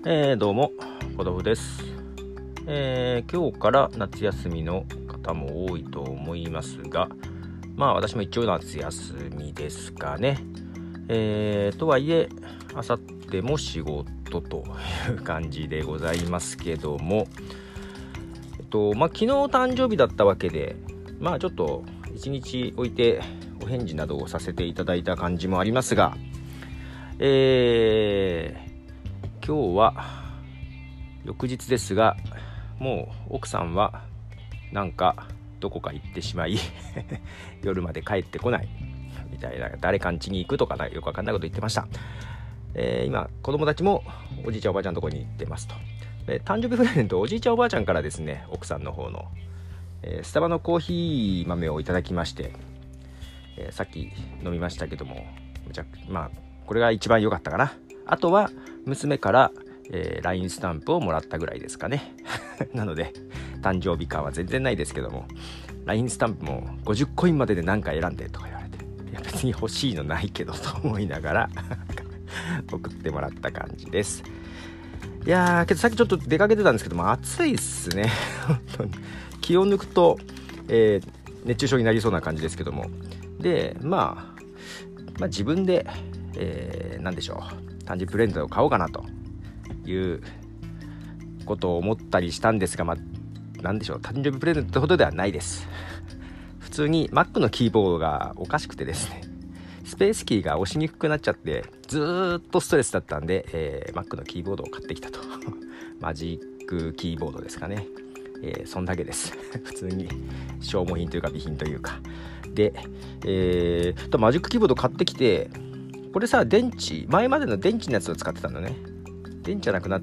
どうもポトフです。今日から夏休みの方も多いと思いますが、私も一応夏休みですかね。とはいえあさっても仕事という感じでございますけども、昨日誕生日だったわけで、ちょっと一日置いてお返事などをさせていただいた感じもありますが、今日は翌日ですが、もう奥さんはなんかどこか行ってしまい夜まで帰ってこないみたいな、誰かん家に行くとかよくわかんないこと言ってました。今子供たちもおじいちゃんおばあちゃんのとこに行ってますと。誕生日プレゼントおじいちゃんおばあちゃんからですね、奥さんの方の、スタバのコーヒー豆をいただきまして、さっき飲みましたけども、これが一番良かったかな。あとは娘から、LINE スタンプをもらったぐらいですかねなので誕生日感は全然ないですけども、 LINE スタンプも50コインまでで何か選んでとか言われて、いや別に欲しいのないけどと思いながら送ってもらった感じです。いやーけどさっきちょっと出かけてたんですけども、暑いっすね本当に気を抜くと、熱中症になりそうな感じですけども、で自分で、何でしょう、誕生日プレゼントを買おうかなということを思ったりしたんですが、何でしょう、誕生日プレゼントってほどではないです。普通に Mac のキーボードがおかしくてですね、スペースキーが押しにくくなっちゃってずーっとストレスだったんで、Mac のキーボードを買ってきたとマジックキーボードですかね。そんだけです普通に消耗品というか備品というかで、マジックキーボード買ってきて、これさ、前までの電池のやつを使ってたのね。電池じゃなくなって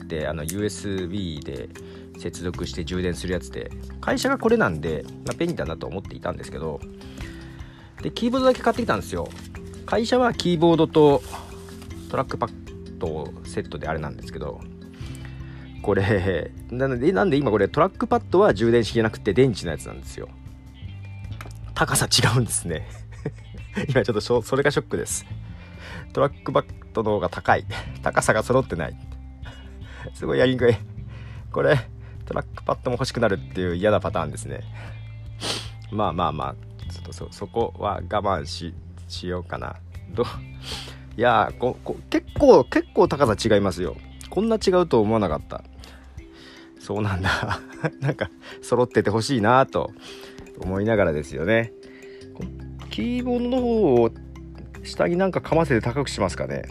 、USB で接続して充電するやつで、会社がこれなんで、便利だなと思っていたんですけど、でキーボードだけ買ってきたんですよ。会社はキーボードとトラックパッドセットであれなんですけど、これなんで今これトラックパッドは充電式じゃなくて電池のやつなんですよ。高さ違うんですね今ちょっとそれがショックです。トラックパッドの方が高い高さが揃ってないすごいやりにくい。これトラックパッドも欲しくなるっていう嫌なパターンですね。ちょっとそこは我慢しようかな。いや結構高さ違いますよ。こんな違うと思わなかった。そうなんだなんか揃っててほしいなと思いながらですよね。キーボードの方を下になんかかませて高くしますかね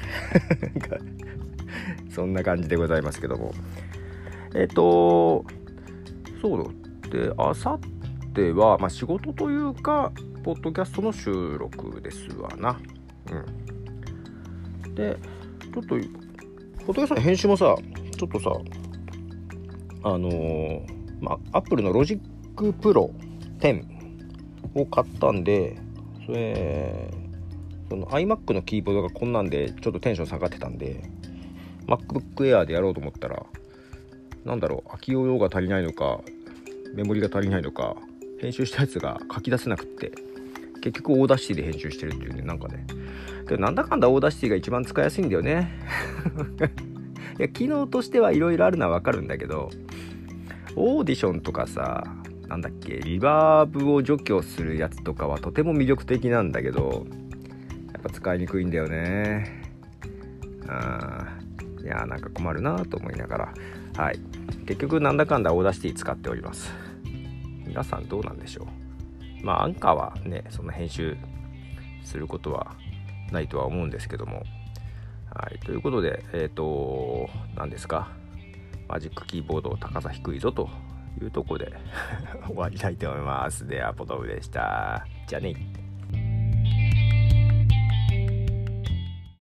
そんな感じでございますけども、そうで、あさっては、仕事というかポッドキャストの収録ですわな。でちょっとポッドキャストの編集もさ、ちょっとさApple の Logic Pro 10を買ったんで、その iMac のキーボードがこんなんでちょっとテンション下がってたんで、 MacBook Air でやろうと思ったら、空き容量が足りないのかメモリが足りないのか、編集したやつが書き出せなくって、結局オーダーシティで編集してるっていうね。なんだかんだオーダーシティが一番使いやすいんだよねいや機能としてはいろいろあるのはわかるんだけど、オーディションとかさ、リバーブを除去するやつとかはとても魅力的なんだけど、やっぱ使いにくいんだよね。いや困るなと思いながら、結局なんだかんだオーダーシティ使っております。皆さんどうなんでしょう。アンカーはね、そんな編集することはないとは思うんですけども、ということで何ですか、マジックキーボード高さ低いぞというところで終わりたいと思います。ではポトフでした。じゃあね。